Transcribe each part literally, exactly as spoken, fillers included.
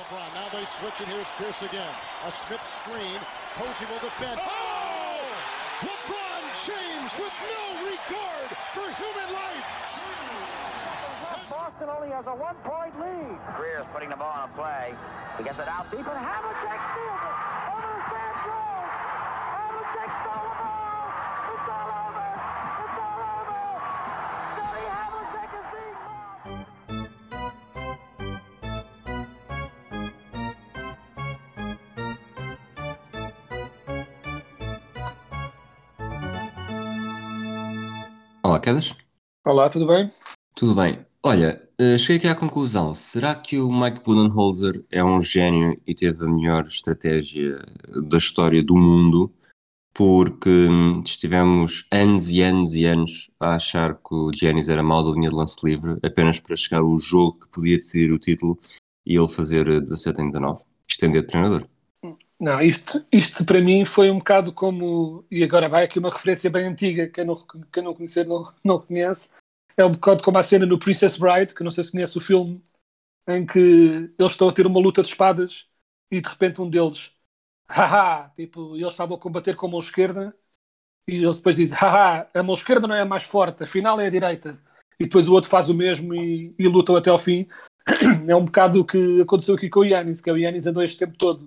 LeBron. Now they switch and here's Pierce again. A Smith screen. Posey will defend. Oh! LeBron James with no regard for human life. Boston only has a one-point lead. Greer's putting the ball on a play. He gets it out deep and Havlicek steals it. Over the Sam Jones. Havlicek stole the ball. It's all over. It's all over. Scotty Havlicek is being mobbed. Olá, Quedas? Olá, tudo bem? Tudo bem? Olha, eh, cheguei aqui à conclusão. Será que o Mike Budenholzer é um gênio e teve a melhor estratégia da história do mundo? Porque hum, estivemos anos e anos e anos a achar que o Giannis era mau da linha de lance livre apenas para chegar ao jogo que podia decidir o título e ele fazer eh, dezassete em dezanove. Estender de treinador. Não, isto, isto para mim foi um bocado como, e agora vai aqui uma referência bem antiga, quem não, quem não conhecer não, não reconhece, é um bocado como a cena no Princess Bride, que não sei se conhece o filme, em que eles estão a ter uma luta de espadas e de repente um deles, haha, tipo, eles estavam a combater com a mão esquerda e eles depois dizem, haha, a mão esquerda não é a mais forte, afinal é a direita. E depois o outro faz o mesmo e, e lutam até ao fim. É um bocado o que aconteceu aqui com o Giannis, que é o Giannis andou este tempo todo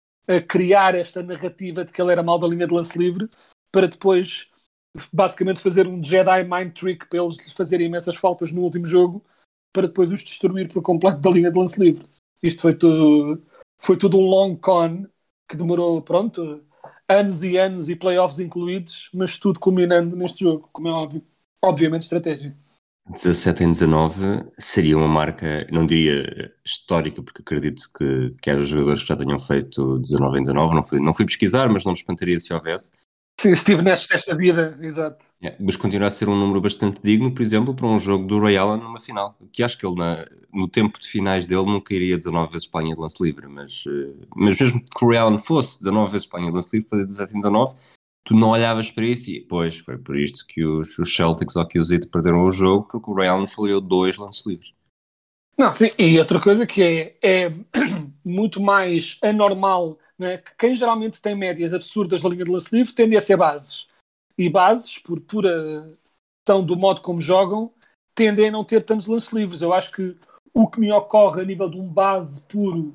a criar esta narrativa de que ele era mal da linha de lance livre para depois basicamente fazer um Jedi mind trick para eles fazerem imensas faltas no último jogo para depois os destruir por completo da linha de lance livre. Isto foi tudo, foi tudo um long con que demorou, pronto, anos e anos e playoffs incluídos, mas tudo culminando neste jogo, como é óbvio. Obviamente estratégia. dezassete em dezanove seria uma marca, não diria histórica, porque acredito que, que haja jogadores que já tenham feito dezanove em dezanove, não fui, não fui pesquisar, mas não me espantaria se houvesse. Sim, Steve Nash desta vida, exato. É, mas continua a ser um número bastante digno, por exemplo, para um jogo do Ray Allen numa final, que acho que ele na, no tempo de finais dele nunca iria dezanove vezes para a linha de lance livre, mas, eh, mas mesmo que o Ray Allen fosse dezanove vezes para a linha de lance livre, fazer dezassete em dezanove, tu não olhavas para isso e, pois, foi por isto que os, os Celtics ou que os Heat perderam o jogo, porque o Ray Allen falhou dois lances livres. Não, sim, e outra coisa que é, é muito mais anormal, né? Que quem geralmente tem médias absurdas da linha de lance livre tende a ser bases. E bases, por pura questão do modo como jogam, tendem a não ter tantos lances livres. Eu acho que o que me ocorre a nível de um base puro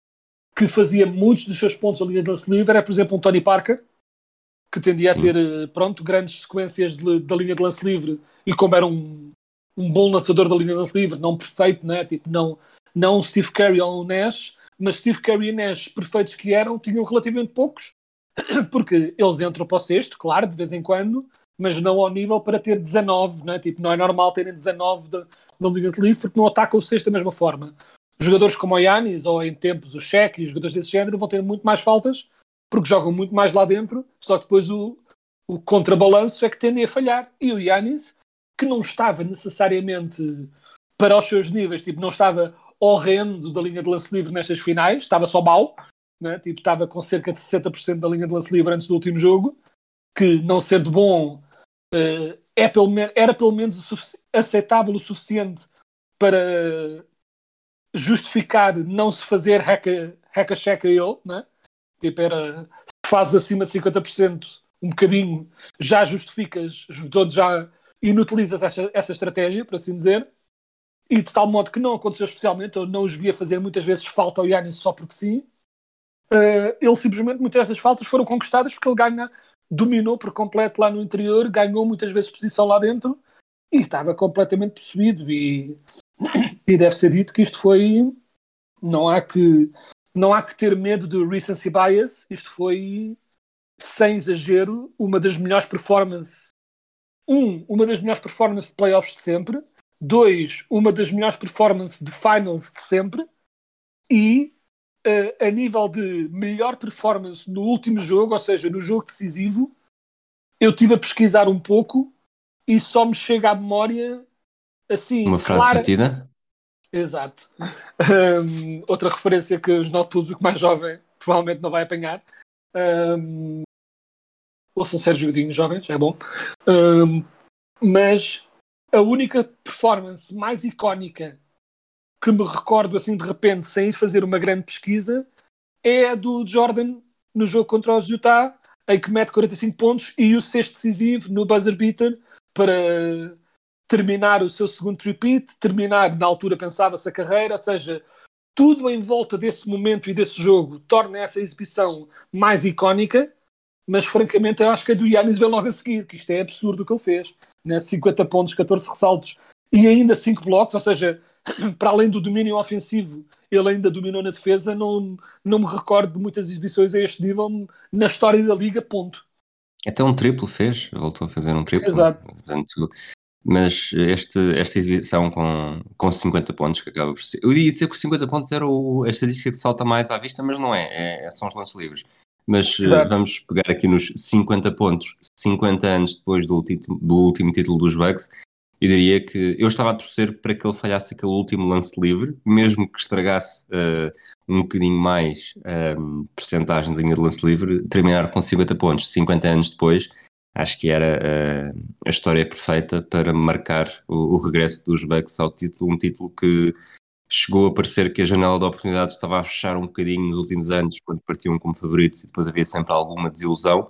que fazia muitos dos seus pontos da linha de lance livre é, por exemplo, um Tony Parker, que tendia Sim. a ter, pronto, grandes sequências de, da linha de lance livre, e como era um, um bom lançador da linha de lance livre, não perfeito, né? Tipo, não, não Steve Curry ou um Nash, mas Steve Curry e Nash, perfeitos que eram, tinham relativamente poucos, porque eles entram para o sexto, claro, de vez em quando, mas não ao nível para ter dezanove, né? Tipo, não é normal terem dezanove da, da linha de livre, porque não atacam o sexto da mesma forma. Jogadores como o Giannis, ou em tempos o Shaq e os jogadores desse género, vão ter muito mais faltas, porque jogam muito mais lá dentro, só que depois o, o contrabalanço é que tendem a falhar. E o Giannis, que não estava necessariamente para os seus níveis, tipo, não estava horrendo da linha de lance livre nestas finais, estava só mau, né? Tipo, estava com cerca de sessenta por cento da linha de lance livre antes do último jogo, que não sendo bom, uh, é pelo me- era pelo menos o sufici- aceitável o suficiente para justificar não se fazer hack-a-check a ele, né? Tipo, era, se fazes acima de cinquenta por cento, um bocadinho, já justificas, todo já inutilizas essa, essa estratégia, por assim dizer, e de tal modo que não aconteceu especialmente, eu não os via fazer muitas vezes falta ao Giannis só porque sim. Uh, ele simplesmente, muitas dessas faltas foram conquistadas porque ele ganha, dominou por completo lá no interior, ganhou muitas vezes posição lá dentro e estava completamente possuído, e, e deve ser dito que isto foi, não há que Não há que ter medo de recency bias. Isto foi, sem exagero, uma das melhores performances. Um, uma das melhores performances de playoffs de sempre. Dois, uma das melhores performances de finals de sempre. E, uh, a nível de melhor performance no último jogo, ou seja, no jogo decisivo, eu estive a pesquisar um pouco e só me chega à memória, assim, Uma frase clara... batida? Exato. Um, outra referência que os nosso público mais jovem provavelmente não vai apanhar. Um, ouçam Sérgio Godinho, jovens, é bom. Um, mas a única performance mais icónica que me recordo assim de repente, sem ir fazer uma grande pesquisa, é a do Jordan no jogo contra os Utah, em que mete quarenta e cinco pontos e o sexto decisivo no buzzer beater para terminar o seu segundo repeat, terminar, na altura pensava-se a carreira, ou seja, tudo em volta desse momento e desse jogo torna essa exibição mais icónica, mas francamente eu acho que a do Giannis vem logo a seguir, que isto é absurdo o que ele fez, né? cinquenta pontos, catorze ressaltos e ainda cinco blocos, ou seja, para além do domínio ofensivo, ele ainda dominou na defesa. Não, não me recordo de muitas exibições a este nível na história da Liga, ponto. Até um triplo fez, voltou a fazer um triplo. Exato. Portanto, mas este, esta exibição com, com cinquenta pontos, que acaba por ser... Eu ia dizer que os cinquenta pontos era o, a estatística que salta mais à vista, mas não é, é são os lances livres. Mas Exato. Vamos pegar aqui nos cinquenta pontos, cinquenta anos depois do, título, do último título dos Bucks. Eu diria que eu estava a torcer para que ele falhasse aquele último lance livre, mesmo que estragasse uh, um bocadinho mais um, percentagem de linha de lance livre, terminar com cinquenta pontos, cinquenta anos depois, acho que era uh, a história perfeita para marcar o, o regresso dos Bucks ao título, um título que chegou a parecer que a janela de oportunidades estava a fechar um bocadinho nos últimos anos, quando partiam como favoritos e depois havia sempre alguma desilusão.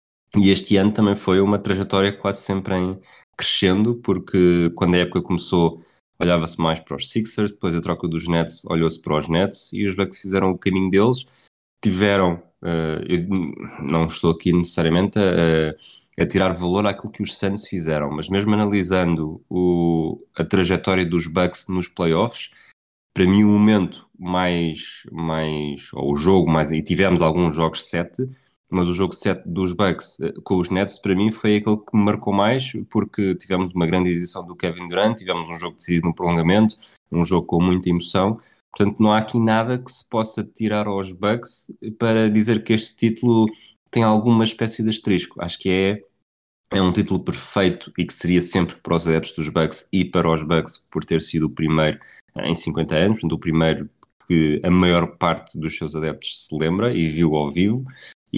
E este ano também foi uma trajetória quase sempre em crescendo, porque quando a época começou olhava-se mais para os Sixers, depois a troca dos Nets olhou-se para os Nets e os Bucks fizeram o caminho deles, tiveram, uh, eu não estou aqui necessariamente a, a tirar valor àquilo que os Suns fizeram, mas mesmo analisando o, a trajetória dos Bucks nos playoffs, para mim o momento mais, mais ou o jogo mais, e tivemos alguns jogos sete, mas o jogo sete dos Bucks com os Nets para mim foi aquele que me marcou mais, porque tivemos uma grande edição do Kevin Durant, tivemos um jogo decidido no prolongamento, um jogo com muita emoção, portanto não há aqui nada que se possa tirar aos Bucks para dizer que este título tem alguma espécie de asterisco. Acho que é, é um título perfeito e que seria sempre para os adeptos dos Bucks e para os Bucks por ter sido o primeiro em cinquenta anos, portanto o primeiro que a maior parte dos seus adeptos se lembra e viu ao vivo.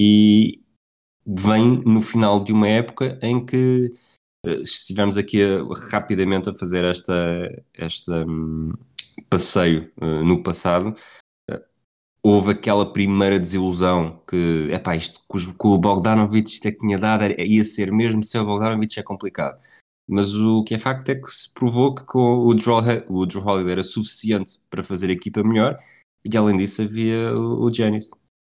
E vem no final de uma época em que, se estivermos aqui a, rapidamente a fazer esta, esta um, passeio uh, no passado, uh, houve aquela primeira desilusão que, epá, isto com o Bogdanovic, isto é que tinha dado, era, ia ser mesmo, sem o Bogdanovic é complicado. Mas o que é facto é que se provou que com o Drew, o Drew Holiday era suficiente para fazer a equipa melhor e, além disso, havia o, o Giannis.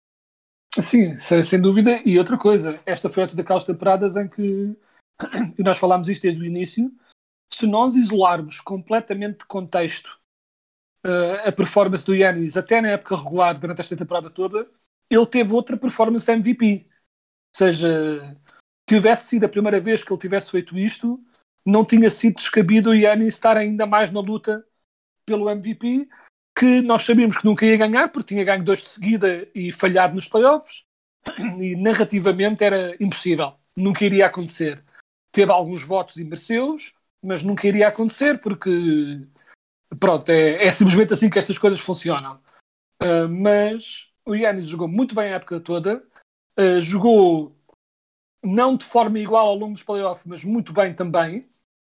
Sim, sem dúvida. E outra coisa, esta foi outra daquelas temporadas em que, e nós falámos isto desde o início, se nós isolarmos completamente de contexto uh, a performance do Giannis, até na época regular, durante esta temporada toda, ele teve outra performance de M V P. Ou seja, tivesse sido a primeira vez que ele tivesse feito isto, não tinha sido descabido o Giannis estar ainda mais na luta pelo M V P, que nós sabíamos que nunca ia ganhar, porque tinha ganho dois de seguida e falhado nos playoffs, e narrativamente era impossível, nunca iria acontecer. Teve alguns votos e mereceu-os, mas nunca iria acontecer, porque pronto, é, é simplesmente assim que estas coisas funcionam. Uh, mas o Giannis jogou muito bem a época toda, uh, jogou não de forma igual ao longo dos playoffs, mas muito bem também,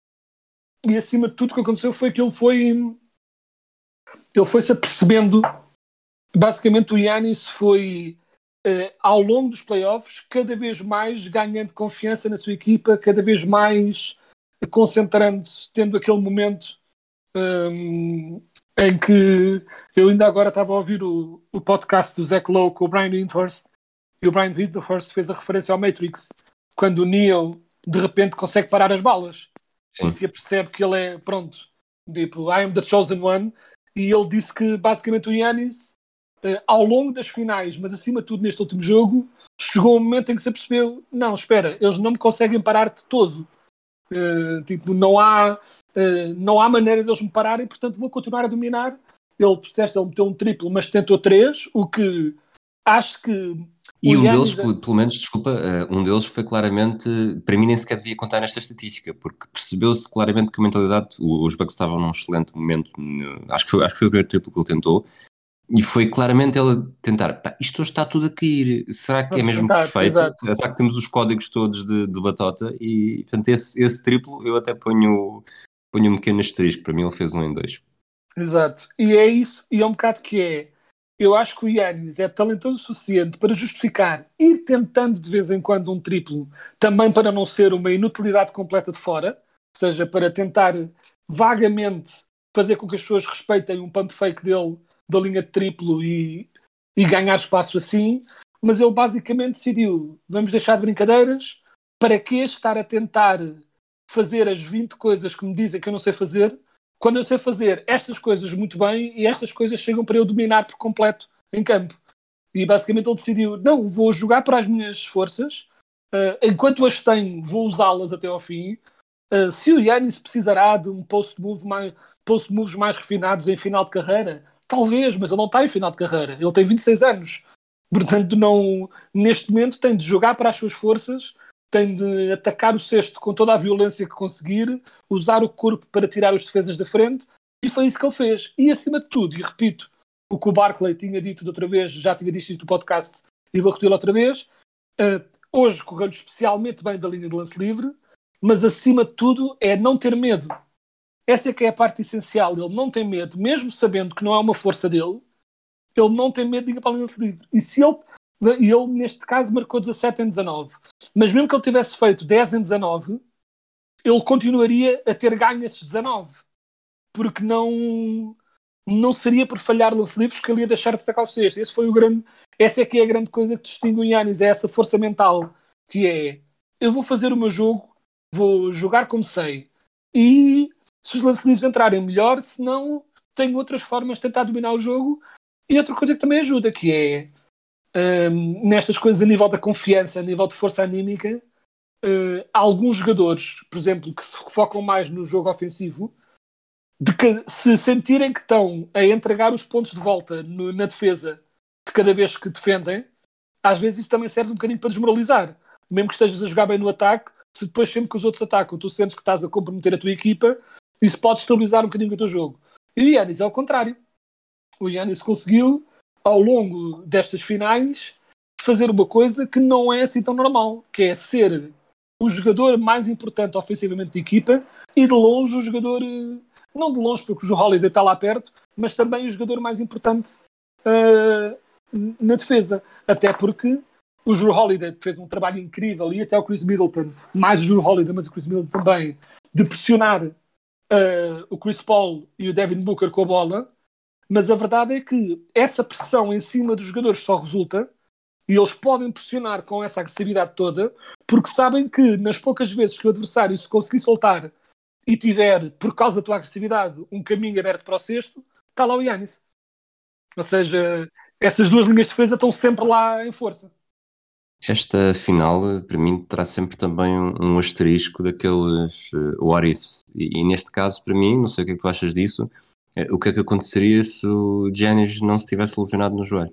e acima de tudo o que aconteceu foi que ele foi ele foi-se apercebendo, basicamente o Giannis foi uh, ao longo dos playoffs cada vez mais ganhando confiança na sua equipa, cada vez mais concentrando-se, tendo aquele momento um, em que eu ainda agora estava a ouvir o, o podcast do Zach Lowe com o Brian Windhorst, e o Brian Windhorst fez a referência ao Matrix, quando o Neo de repente consegue parar as balas. Sim. E se apercebe que ele é, pronto, tipo, I am the chosen one. E ele disse que basicamente o Giannis, uh, ao longo das finais, mas acima de tudo neste último jogo, chegou um momento em que se apercebeu, não, espera, eles não me conseguem parar de todo. Uh, tipo, não há, uh, não há maneira de eles me pararem, portanto vou continuar a dominar. Ele, ele meteu um triplo, mas tentou três, o que acho que... E um Giannis deles, é... pelo menos, desculpa, uh, um deles foi claramente, para mim nem sequer devia contar nesta estatística, porque percebeu-se claramente que a mentalidade, os Bucks estavam num excelente momento, acho que foi, acho que foi o primeiro triplo que ele tentou, e foi claramente ele tentar, pá, isto hoje está tudo a cair, será que Vamos é mesmo tentar, perfeito? Exato. Será que temos os códigos todos de, de batota? E, portanto, esse, esse triplo eu até ponho, ponho um pequeno asterisco, para mim ele fez um em dois. Exato. E é isso, e é um bocado que é. Eu acho que o Giannis é talentoso o suficiente para justificar ir tentando de vez em quando um triplo, também para não ser uma inutilidade completa de fora, ou seja, para tentar vagamente fazer com que as pessoas respeitem um pump fake dele da linha de triplo e, e ganhar espaço assim, mas ele basicamente decidiu, vamos deixar de brincadeiras, para que estar a tentar fazer as vinte coisas que me dizem que eu não sei fazer, quando eu sei fazer estas coisas muito bem e estas coisas chegam para eu dominar por completo em campo. E basicamente ele decidiu, não, vou jogar para as minhas forças, uh, enquanto as tenho, vou usá-las até ao fim. Uh, se o Giannis precisará de um post-move mais, post-moves mais refinados em final de carreira, talvez, mas ele não está em final de carreira. Ele tem vinte e seis anos. Portanto, não, neste momento tem de jogar para as suas forças, tem de atacar o cesto com toda a violência que conseguir, usar o corpo para tirar os defesas da frente, e foi isso que ele fez. E acima de tudo, e repito, o que o Barclay tinha dito de outra vez, já tinha dito no podcast, e vou repeti-lo outra vez, uh, hoje correu-lhe especialmente bem da linha de lance livre, mas acima de tudo é não ter medo. Essa é que é a parte essencial. Ele não tem medo, mesmo sabendo que não é uma força dele, ele não tem medo de ir para a linha de lance livre. E se ele, ele neste caso, marcou dezassete em dezanove, mas mesmo que ele tivesse feito dez em dezanove, ele continuaria a ter ganho esses dezanove, porque não, não seria por falhar lance livres que ele ia deixar de atacar o cesto. Esse foi o grande, essa é que é a grande coisa que distingue o Giannis, é essa força mental, que é, eu vou fazer o meu jogo, vou jogar como sei, e se os lance livres entrarem melhor, se não, tenho outras formas de tentar dominar o jogo. E outra coisa que também ajuda, que é Um, nestas coisas a nível da confiança, a nível de força anímica, uh, há alguns jogadores, por exemplo, que se focam mais no jogo ofensivo, de que se sentirem que estão a entregar os pontos de volta no, na defesa de cada vez que defendem, às vezes isso também serve um bocadinho para desmoralizar. Mesmo que estejas a jogar bem no ataque, se depois sempre que os outros atacam, tu sentes que estás a comprometer a tua equipa, isso pode estabilizar um bocadinho o teu jogo. E o Giannis é ao contrário. O Giannis conseguiu, ao longo destas finais, fazer uma coisa que não é assim tão normal, que é ser o jogador mais importante ofensivamente de equipa e de longe o jogador, não de longe porque o Jrue Holiday está lá perto, mas também o jogador mais importante uh, na defesa. Até porque o Jrue Holiday fez um trabalho incrível, e até o Chris Middleton, mais o Jrue Holiday, mas o Chris Middleton também, de pressionar uh, o Chris Paul e o Devin Booker com a bola. Mas a verdade é que essa pressão em cima dos jogadores só resulta, e eles podem pressionar com essa agressividade toda, porque sabem que nas poucas vezes que o adversário se conseguir soltar e tiver, por causa da tua agressividade, um caminho aberto para o cesto, está lá o Giannis. Ou seja, essas duas linhas de defesa estão sempre lá em força. Esta final, para mim, terá sempre também um, um asterisco daqueles uh, what ifs. E, e neste caso, para mim, não sei o que é que tu achas disso, uh, o que é que aconteceria se o Giannis não se tivesse lesionado no joelho?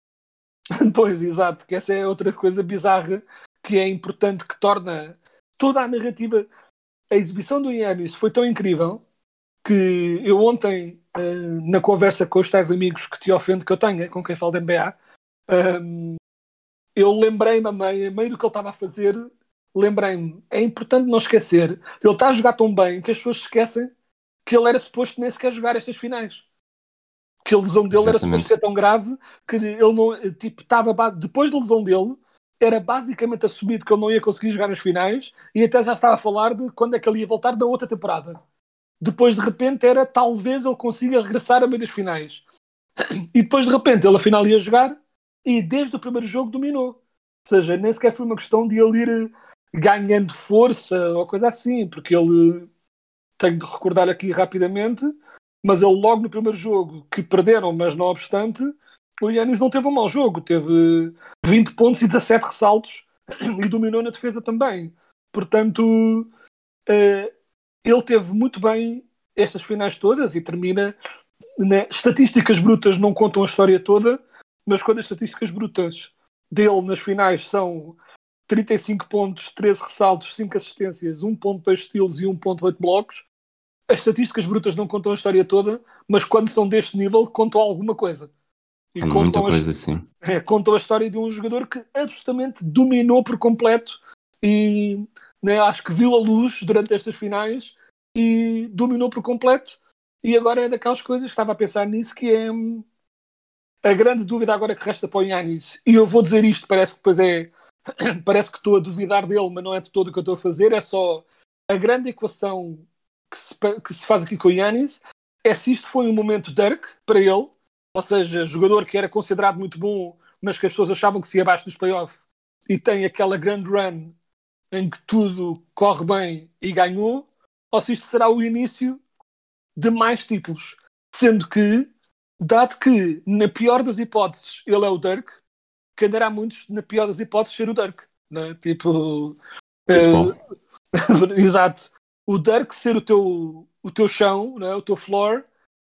Pois, exato, que essa é outra coisa bizarra que é importante, que torna toda a narrativa. A exibição do Giannis foi tão incrível que eu ontem, uh, na conversa com os tais amigos que te ofende que eu tenho, com quem falo de N B A, um, eu lembrei-me a meio, a meio do que ele estava a fazer, lembrei-me, é importante não esquecer, ele está a jogar tão bem que as pessoas se esquecem que ele era suposto nem sequer jogar estas finais. Que a lesão dele era suposto ser tão grave que ele não, tipo, estava, depois da lesão dele, era basicamente assumido que ele não ia conseguir jogar nas finais, e até já estava a falar de quando é que ele ia voltar na outra temporada. Depois, de repente, era talvez ele consiga regressar a meio das finais. E depois, de repente, ele afinal ia jogar, e desde o primeiro jogo dominou. Ou seja, nem sequer foi uma questão de ele ir ganhando força ou coisa assim, porque ele, tenho de recordar aqui rapidamente, mas ele logo no primeiro jogo, que perderam, mas não obstante, o Giannis não teve um mau jogo, teve vinte pontos e dezassete ressaltos e dominou na defesa também. Portanto, ele teve muito bem estas finais todas e termina, né? Estatísticas brutas não contam a história toda, mas quando as estatísticas brutas dele nas finais são trinta e cinco pontos, treze ressaltos, cinco assistências, um ponto dois steals e um ponto oito blocos, as estatísticas brutas não contam a história toda, mas quando são deste nível contam alguma coisa. E é muita coisa, a, sim. É, contam a história de um jogador que absolutamente dominou por completo e, né, acho que viu a luz durante estas finais e dominou por completo. E agora é daquelas coisas, estava a pensar nisso, que é hum, a grande dúvida agora que resta para o Giannis. E eu vou dizer isto, parece que depois é parece que estou a duvidar dele, mas não é de todo o que eu estou a fazer, é só a grande equação que se, que se faz aqui com o Giannis é se isto foi um momento Dirk para ele, ou seja, jogador que era considerado muito bom, mas que as pessoas achavam que se ia abaixo dos playoffs e tem aquela grande run em que tudo corre bem e ganhou, ou se isto será o início de mais títulos. Sendo que, dado que, na pior das hipóteses, ele é o Dirk, que andará muitos, na pior das hipóteses, ser o Dirk. Né? Tipo... Chris Paul. Uh, exato. O Dirk ser o teu, o teu chão, né? O teu floor,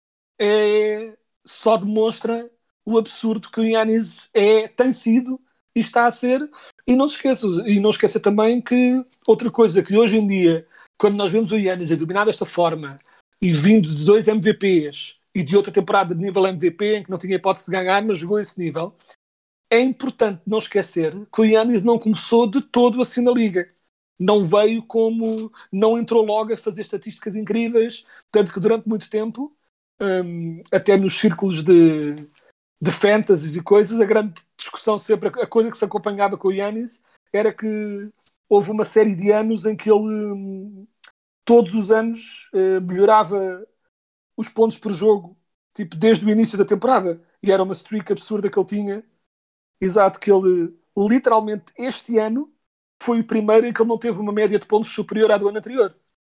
é, só demonstra o absurdo que o Giannis é, tem sido e está a ser. E não se esqueça, e não esqueça também que outra coisa que hoje em dia, quando nós vemos o Giannis a dominar desta forma e vindo de dois M V Ps e de outra temporada de nível M V P em que não tinha hipótese de ganhar, mas jogou esse nível, é importante não esquecer que o Giannis não começou de todo assim na liga. Não veio como... não entrou logo a fazer estatísticas incríveis, tanto que durante muito tempo, um, até nos círculos de, de fantasies e coisas, a grande discussão sempre, a coisa que se acompanhava com o Giannis era que houve uma série de anos em que ele um, todos os anos uh, melhorava os pontos por jogo, tipo, desde o início da temporada, e era uma streak absurda que ele tinha. Exato, que ele literalmente este ano foi o primeiro em que ele não teve uma média de pontos superior à do ano anterior.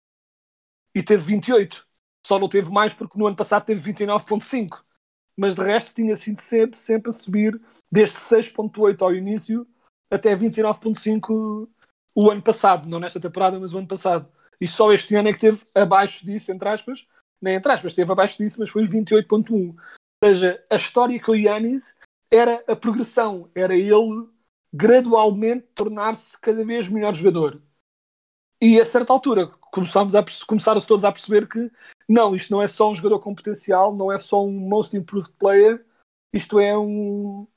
E teve vinte e oito. Só não teve mais porque no ano passado teve vinte e nove vírgula cinco. Mas de resto tinha sido sempre, sempre a subir desde seis vírgula oito ao início até vinte e nove vírgula cinco o ano passado. Não nesta temporada, mas o ano passado. E só este ano é que teve abaixo disso, entre aspas. Nem entre aspas, teve abaixo disso, mas foi vinte e oito vírgula um. Ou seja, a história com o Giannis era a progressão. Era ele gradualmente tornar-se cada vez melhor jogador. E a certa altura começámos a, começaram-se todos a perceber que não, isto não é só um jogador com potencial, não é só um most improved player, isto é um,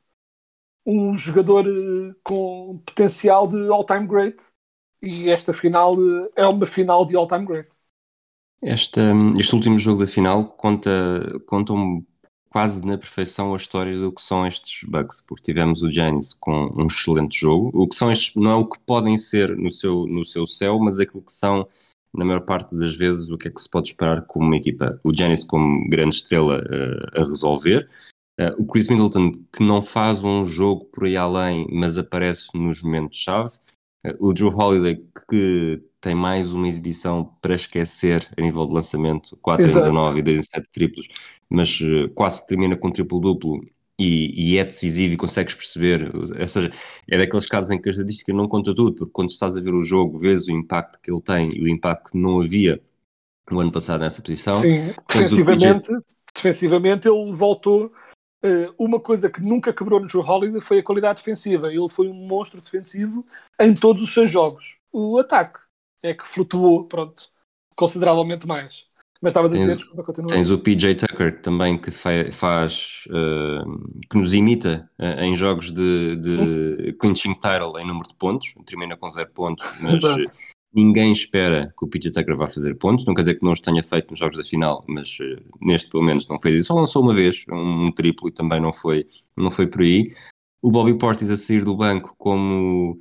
um jogador com potencial de all-time great, e esta final é uma final de all-time great. Esta, este último jogo da final conta, conta um quase na perfeição a história do que são estes Bucks, porque tivemos o Giannis com um excelente jogo. O que são estes não é o que podem ser no seu, no seu céu, mas aquilo que são, na maior parte das vezes, o que é que se pode esperar como uma equipa. O Giannis como grande estrela uh, a resolver. Uh, o Chris Middleton, que não faz um jogo por aí além, mas aparece nos momentos-chave. Uh, o Jrue Holiday, que tem mais uma exibição para esquecer a nível de lançamento, quatro em dezanove e dois em sete triplos, mas uh, quase que termina com um triplo-duplo e, e é decisivo e consegues perceber, ou seja, é daqueles casos em que a estatística não conta tudo, porque quando estás a ver o jogo, vês o impacto que ele tem e o impacto que não havia no ano passado nessa posição. Sim, defensivamente, defensivamente ele voltou. Uh, uma coisa que nunca quebrou no Jrue Holiday foi a qualidade defensiva. Ele foi um monstro defensivo em todos os seus jogos. O ataque é que flutuou, pronto, consideravelmente mais. Mas estavas a dizer, desculpa, continua. Tens o P J Tucker também que fa- faz, uh, que nos imita uh, em jogos de, de clinching title em número de pontos, termina com zero pontos, mas uh, ninguém espera que o P J Tucker vá fazer pontos, não quer dizer que não os tenha feito nos jogos da final, mas uh, neste pelo menos não fez isso, só lançou uma vez um, um triplo e também não foi, não foi por aí. O Bobby Portis a sair do banco como...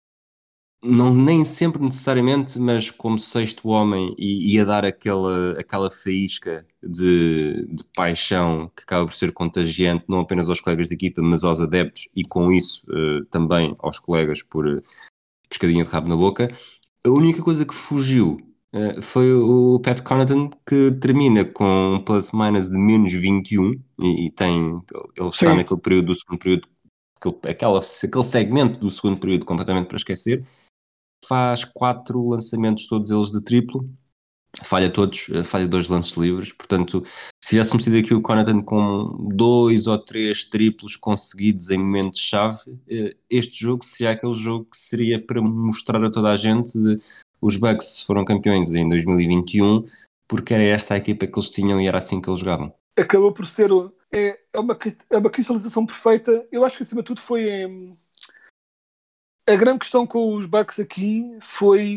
não nem sempre necessariamente, mas como sexto homem e, e a dar aquela, aquela faísca de, de paixão que acaba por ser contagiante não apenas aos colegas de equipa, mas aos adeptos e com isso uh, também aos colegas por uh, pescadinha de rabo na boca. A única coisa que fugiu uh, foi o Pat Connaughton, que termina com um plus-minus de menos vinte e um e, e tem, ele está Sim. naquele período do segundo período, aquele, aquela, aquele segmento do segundo período completamente para esquecer. Faz quatro lançamentos, todos eles de triplo, falha todos, falha dois lances livres, portanto, se tivéssemos tido aqui o Connaughton com dois ou três triplos conseguidos em momentos-chave, este jogo seria aquele jogo que seria para mostrar a toda a gente de, os Bucks foram campeões em dois mil e vinte e um, porque era esta a equipa que eles tinham e era assim que eles jogavam. Acabou por ser, é, é, uma, é uma cristalização perfeita. Eu acho que acima de tudo foi... É... A grande questão com os Bucks aqui foi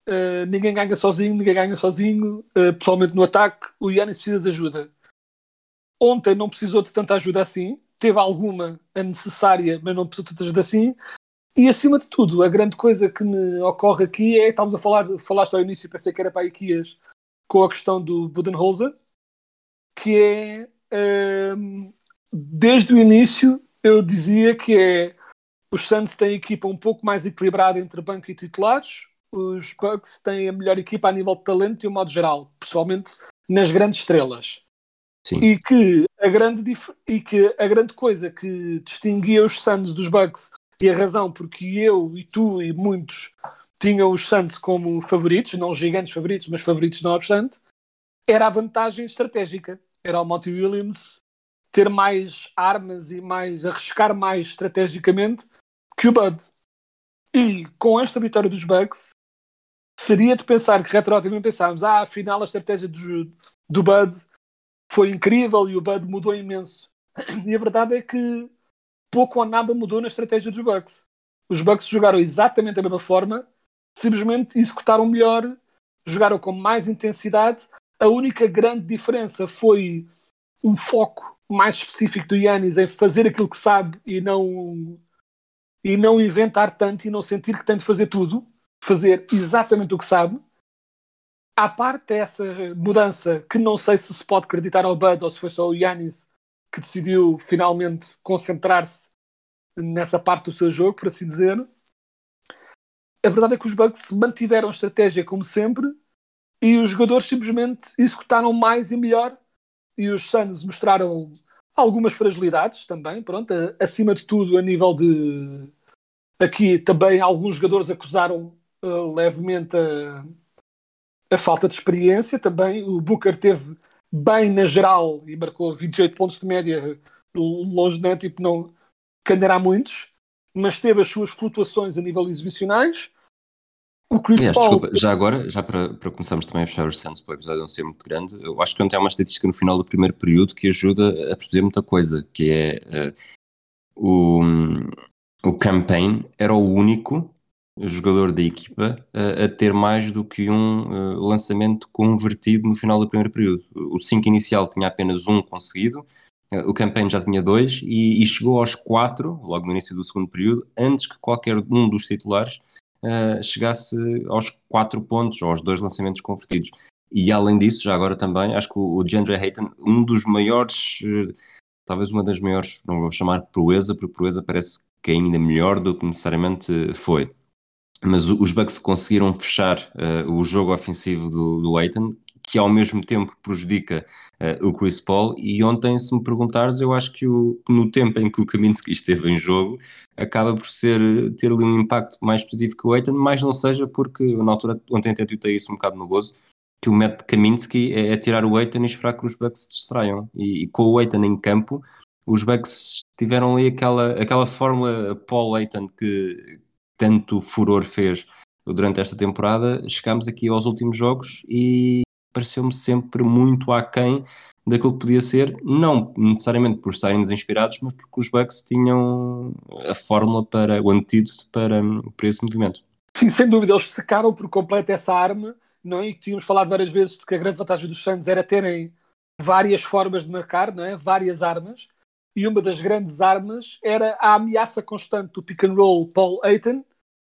Uh, ninguém ganha sozinho, ninguém ganha sozinho. Uh, pessoalmente no ataque, o Giannis precisa de ajuda. Ontem não precisou de tanta ajuda assim. Teve alguma necessária, mas não precisou de tanta ajuda assim. E acima de tudo, a grande coisa que me ocorre aqui é, estávamos a falar, falaste ao início, pensei que era para a Iquias, com a questão do Budenholzer, que é, um, desde o início, eu dizia que é, os Suns têm a equipa um pouco mais equilibrada entre banco e titulares, os Bucks têm a melhor equipa a nível de talento e o modo geral, pessoalmente nas grandes estrelas. Sim. E que, a grande dif- e que a grande coisa que distinguia os Suns dos Bucks, e a razão porque eu e tu e muitos tinham os Suns como favoritos, não gigantes favoritos, mas favoritos não obstante, era a vantagem estratégica. Era o Monty Williams ter mais armas e mais arriscar mais estrategicamente que o Bud. E com esta vitória dos Bucks, seria de pensar que retroativamente pensávamos, ah, afinal a estratégia do, do Bud foi incrível e o Bud mudou imenso. E a verdade é que pouco ou nada mudou na estratégia dos Bucks. Os Bucks jogaram exatamente da mesma forma, simplesmente executaram melhor, jogaram com mais intensidade. A única grande diferença foi um foco mais específico do Giannis em fazer aquilo que sabe e não, e não inventar tanto e não sentir que tem de fazer tudo, fazer exatamente o que sabe. À parte dessa mudança, que não sei se se pode acreditar ao Bud ou se foi só o Giannis que decidiu finalmente concentrar-se nessa parte do seu jogo, por assim dizer. A verdade é que os Bucks mantiveram a estratégia como sempre e os jogadores simplesmente executaram mais e melhor, e os Suns mostraram algumas fragilidades também, pronto, acima de tudo a nível de... Aqui também alguns jogadores acusaram uh, levemente a, a falta de experiência também. O Booker teve bem na geral e marcou vinte e oito pontos de média, longe, né? Tipo, não candará muitos, mas teve as suas flutuações a nível exibicionais. O Chris Aliás, Paul... desculpa, já agora, já para, para começarmos também a fechar os Suns para o episódio não ser muito grande, eu acho que ontem há uma estatística no final do primeiro período que ajuda a perceber muita coisa, que é uh, o, o Campaign era o único jogador da equipa uh, a ter mais do que um uh, lançamento convertido no final do primeiro período. O cinco inicial tinha apenas um conseguido, uh, o Campaign já tinha dois e, e chegou aos quatro, logo no início do segundo período, antes que qualquer um dos titulares Uh, chegasse aos quatro pontos, ou aos dois lançamentos convertidos. E além disso, já agora também, acho que o, o DeAndre Ayton, um dos maiores, uh, talvez uma das maiores, não vou chamar proeza, porque proeza parece que é ainda melhor do que necessariamente foi. Mas o, os Bucks conseguiram fechar uh, o jogo ofensivo do, do Ayton, que ao mesmo tempo prejudica uh, o Chris Paul, e ontem, se me perguntares, eu acho que o, no tempo em que o Kaminsky esteve em jogo, acaba por ser, ter ali um impacto mais positivo que o Ayton, mas não seja porque, na altura, ontem até tuitei isso um bocado no gozo, que o método Kaminsky é, é tirar o Ayton e esperar que os Bucks se distraiam, e, e com o Ayton em campo, os Bucks tiveram ali aquela, aquela fórmula Paul Ayton que tanto furor fez durante esta temporada. Chegámos aqui aos últimos jogos e pareceu-me sempre muito aquém daquilo que podia ser, não necessariamente por estarem desinspirados, mas porque os Bucks tinham a fórmula para o antídoto para, para esse movimento. Sim, sem dúvida, eles secaram por completo essa arma, não é? E tínhamos falado várias vezes de que a grande vantagem dos Suns era terem várias formas de marcar, não é? Várias armas, e uma das grandes armas era a ameaça constante do pick and roll Paul Ayton,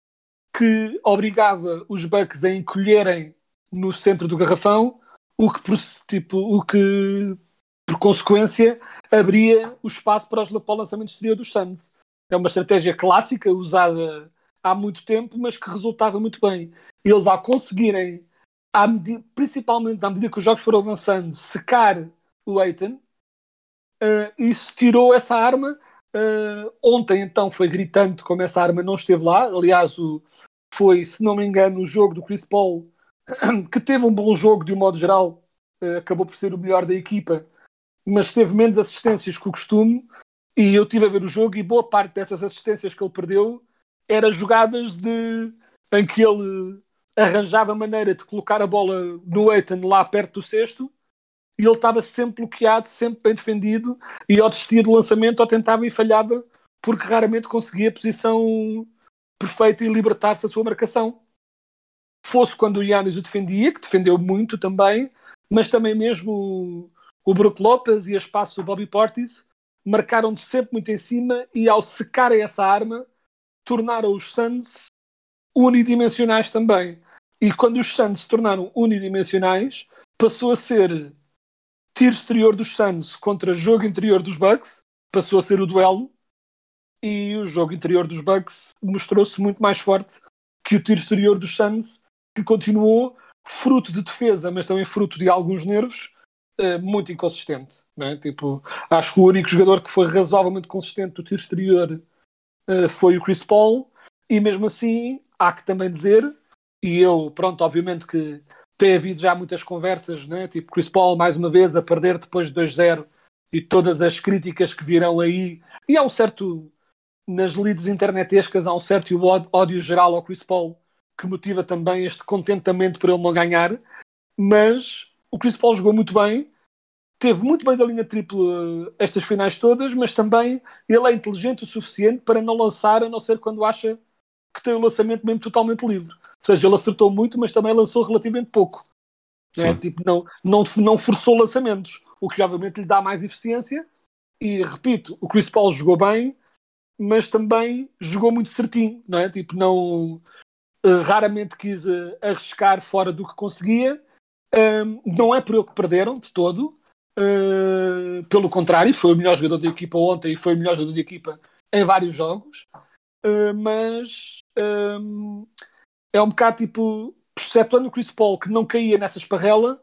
que obrigava os Bucks a encolherem no centro do garrafão, o que, tipo, o que por consequência abria o espaço para, os, para o lançamento exterior dos Suns. É uma estratégia clássica usada há muito tempo, mas que resultava muito bem. Eles, ao conseguirem, à medida, principalmente à medida que os jogos foram avançando, secar o Ayton, uh, isso tirou essa arma. Uh, ontem, então, foi gritante como essa arma não esteve lá. Aliás, o, foi, se não me engano, o jogo do Chris Paul, que teve um bom jogo de um modo geral, uh, acabou por ser o melhor da equipa, mas teve menos assistências que o costume. E eu estive a ver o jogo e boa parte dessas assistências que ele perdeu eram jogadas de, em que ele arranjava maneira de colocar a bola no Ayton lá perto do cesto e ele estava sempre bloqueado, sempre bem defendido, e ou desistia do lançamento ou tentava e falhava porque raramente conseguia a posição perfeita e libertar-se da sua marcação. fosse quando o Giannis o defendia, que defendeu muito também, mas também mesmo o, o Brook Lopez e a espaço o Bobby Portis marcaram-de sempre muito em cima e ao secarem essa arma tornaram os Suns unidimensionais também. E quando os Suns se tornaram unidimensionais, passou a ser tiro exterior dos Suns contra jogo interior dos Bucks, passou a ser o duelo, e o jogo interior dos Bucks mostrou-se muito mais forte que o tiro exterior dos Suns, que continuou fruto de defesa, mas também fruto de alguns nervos, muito inconsistente. Não é? Tipo, acho que o único jogador que foi razoavelmente consistente do tiro exterior foi o Chris Paul, e mesmo assim há que também dizer, e eu, pronto, obviamente que tem havido já muitas conversas, né? Tipo Chris Paul mais uma vez a perder depois de dois zero e todas as críticas que virão aí, e há um certo, nas leads internetescas, há um certo ódio geral ao Chris Paul que motiva também este contentamento por ele não ganhar, mas o Chris Paul jogou muito bem, teve muito bem da linha tripla estas finais todas, mas também ele é inteligente o suficiente para não lançar, a não ser quando acha que tem o lançamento mesmo totalmente livre. Ou seja, ele acertou muito, mas também lançou relativamente pouco. Né? Tipo, não, não, não forçou lançamentos, o que obviamente lhe dá mais eficiência. E, repito, o Chris Paul jogou bem, mas também jogou muito certinho. Não é? Tipo, não, uh, raramente quis uh, arriscar fora do que conseguia. Um, não é por ele que perderam, de todo. Uh, pelo contrário, foi o melhor jogador da equipa ontem e foi o melhor jogador da equipa em vários jogos. Uh, mas um, é um bocado tipo, excetuando o Chris Paul que não caía nessa esparrela,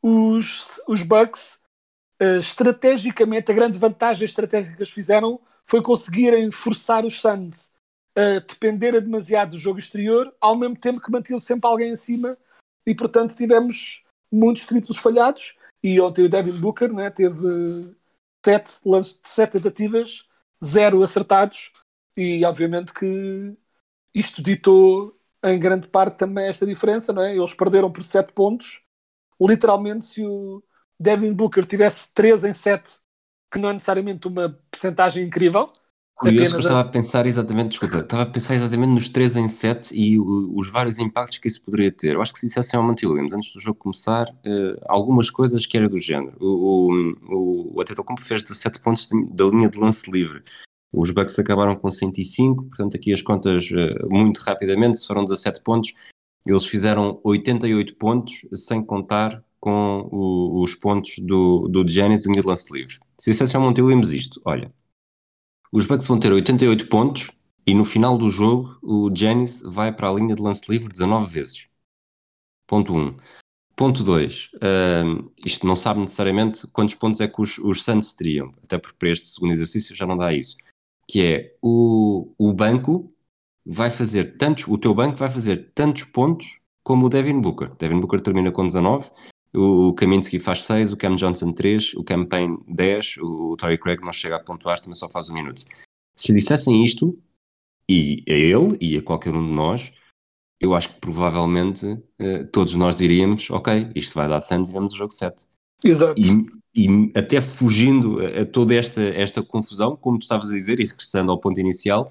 os, os Bucks uh, estrategicamente, a grande vantagem estratégica que eles fizeram foi conseguirem forçar os Suns a depender demasiado do jogo exterior, ao mesmo tempo que mantinham sempre alguém acima, e portanto tivemos muitos triplos falhados. E ontem o Devin Booker, né, teve sete lances de sete tentativas, zero acertados, e obviamente que isto ditou em grande parte também esta diferença, não é? Eles perderam por sete pontos. Literalmente, se o Devin Booker tivesse três em sete, que não é necessariamente uma percentagem incrível. Curioso que eu estava a pensar exatamente, desculpa, estava a pensar exatamente nos três em sete e o, os vários impactos que isso poderia ter. Eu acho que se dissessem ao Monty Williams, antes do jogo começar, uh, algumas coisas que era do género. O, o, o Antetokounmpo fez dezassete pontos da linha de lance livre. Os Bucks acabaram com cento e cinco, portanto aqui as contas uh, muito rapidamente, se foram dezassete pontos, eles fizeram oitenta e oito pontos, sem contar com o, os pontos do, do Giannis de linha de lance livre. Se dissessem ao Monty Williams isto, olha, os Bucks vão ter oitenta e oito pontos e no final do jogo o Giannis vai para a linha de lance livre dezanove vezes. Ponto um. Ponto dois. Uh, isto não sabe necessariamente quantos pontos é que os, os Suns teriam, até porque para este segundo exercício já não dá isso. Que é, o, o banco vai fazer tantos, o teu banco vai fazer tantos pontos como o Devin Booker. Devin Booker termina com dezanove, o, o Kaminsky faz seis, o Cam Johnson três, o Cam Payne dez, o, o Torrey Craig não chega a pontuar, também só faz um minuto. Se lhe dissessem isto, e a ele, e a qualquer um de nós, eu acho que provavelmente uh, todos nós diríamos, ok, isto vai dar Suns e vamos ao jogo sete. Exato. E, e até fugindo a, a toda esta, esta confusão, como tu estavas a dizer, e regressando ao ponto inicial,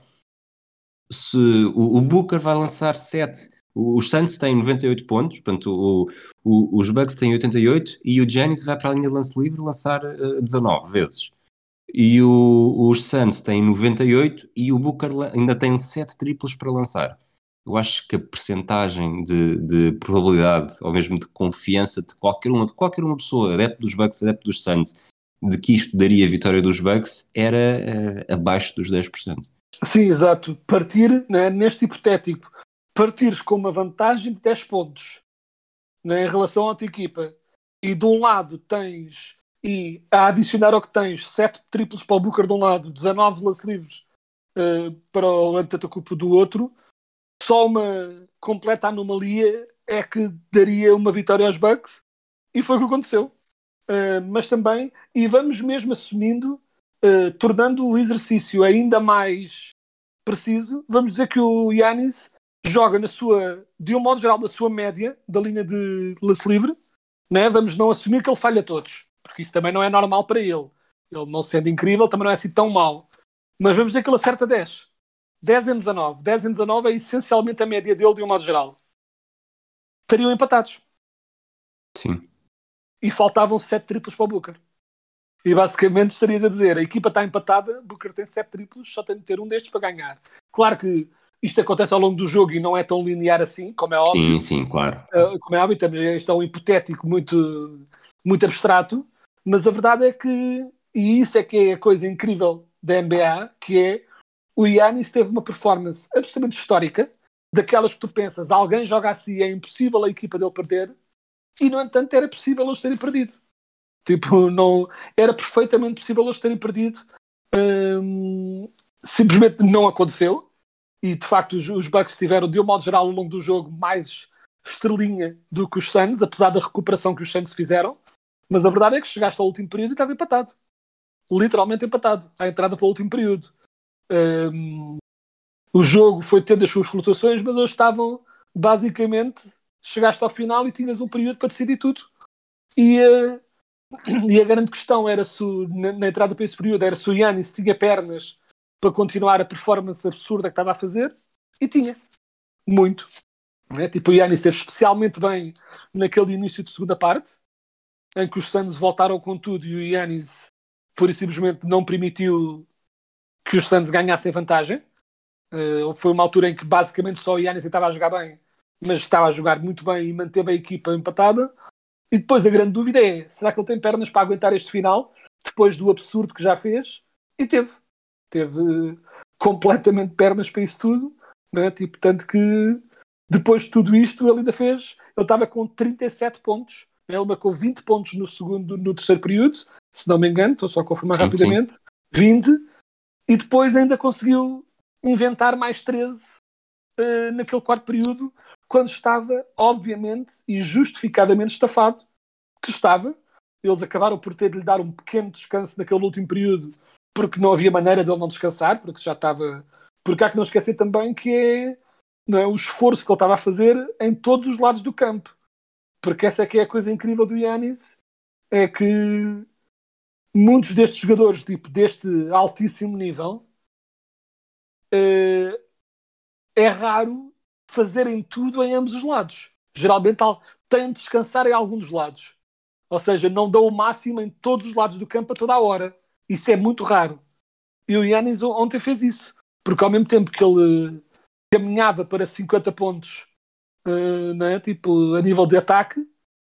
se o, o Booker vai lançar sete, os Suns têm noventa e oito pontos, portanto o, o, os Bucks têm oitenta e oito e o Giannis vai para a linha de lance livre lançar uh, dezanove vezes. E o, os Suns têm noventa e oito e o Booker ainda tem sete triplos para lançar. Eu acho que a percentagem de, de probabilidade, ou mesmo de confiança de qualquer uma, de qualquer uma pessoa, adepto dos Bucks, adepto dos Suns, de que isto daria a vitória dos Bucks, era uh, abaixo dos dez por cento. Sim, exato. Partir, né, neste hipotético, partires com uma vantagem de dez pontos, né, em relação à tua equipa, e de um lado tens, e a adicionar ao que tens, sete triplos para o Booker de um lado, dezanove lance livres uh, para o Antetokounmpo do outro, só uma completa anomalia é que daria uma vitória aos Bucks, e foi o que aconteceu. Uh, mas também, e vamos mesmo assumindo, uh, tornando o exercício ainda mais preciso, vamos dizer que o Giannis joga na sua, de um modo geral, na sua média da linha de lance livre, né? Vamos não assumir que ele falha todos, porque isso também não é normal para ele. Ele, não sendo incrível, também não é assim tão mau. Mas vamos dizer que ele acerta dez. dez em dezanove. dez em dezanove é essencialmente a média dele de um modo geral. estariam empatados. Sim. E faltavam sete triplos para o Booker. E basicamente estarias a dizer, a equipa está empatada, Booker tem sete triplos, só tem de ter um destes para ganhar. Claro que isto acontece ao longo do jogo e não é tão linear assim, como é óbvio. Sim, sim, claro. Uh, como é óbvio, também isto é um hipotético muito, muito abstrato, mas a verdade é que, e isso é que é a coisa incrível da N B A, que é, o Giannis teve uma performance absolutamente histórica, daquelas que tu pensas, alguém joga assim, é impossível a equipa dele perder, e no entanto era possível eles terem perdido. Tipo, não, era perfeitamente possível eles terem perdido. Hum, simplesmente não aconteceu. E de facto os, os Bucks tiveram, de um modo geral, ao longo do jogo, mais estrelinha do que os Suns, apesar da recuperação que os Suns fizeram. Mas a verdade é que chegaste ao último período e estava empatado. Literalmente empatado. À entrada para o último período. Hum, o jogo foi tendo as suas flutuações, mas eles estavam, basicamente, chegaste ao final e tinhas um período para decidir tudo. E... Uh, E a grande questão era se, na, na entrada para esse período, era se o Giannis tinha pernas para continuar a performance absurda que estava a fazer, e tinha. Muito. Né? Tipo, o Giannis esteve especialmente bem naquele início de segunda parte, em que os Suns voltaram com tudo e o Giannis, pura e simplesmente, não permitiu que os Suns ganhassem vantagem. Uh, foi uma altura em que, basicamente, só o Giannis estava a jogar bem, mas estava a jogar muito bem e manteve a equipa empatada. E depois a grande dúvida é, será que ele tem pernas para aguentar este final, depois do absurdo que já fez? E teve. Teve uh, completamente pernas para isso tudo. Né? Tipo, tanto que depois de tudo isto, ele ainda fez... Ele estava com trinta e sete pontos. Né? Ele marcou vinte pontos no, segundo, no terceiro período, se não me engano. Estou só a confirmar Sim, rapidamente. sim. vinte. E depois ainda conseguiu inventar mais treze uh, naquele quarto período, quando estava, obviamente, e justificadamente estafado, que estava. Eles acabaram por ter de lhe dar um pequeno descanso naquele último período, porque não havia maneira de ele não descansar, porque já estava... Porque há que não esquecer também que é, não é o esforço que ele estava a fazer em todos os lados do campo. Porque essa é que é a coisa incrível do Giannis, é que muitos destes jogadores, tipo, deste altíssimo nível, é, é raro fazerem tudo em ambos os lados. Geralmente têm de descansar em algum dos lados. Ou seja, não dão o máximo em todos os lados do campo a toda a hora. Isso é muito raro. E o Giannis ontem fez isso. Porque ao mesmo tempo que ele caminhava para cinquenta pontos, uh, né, tipo, a nível de ataque,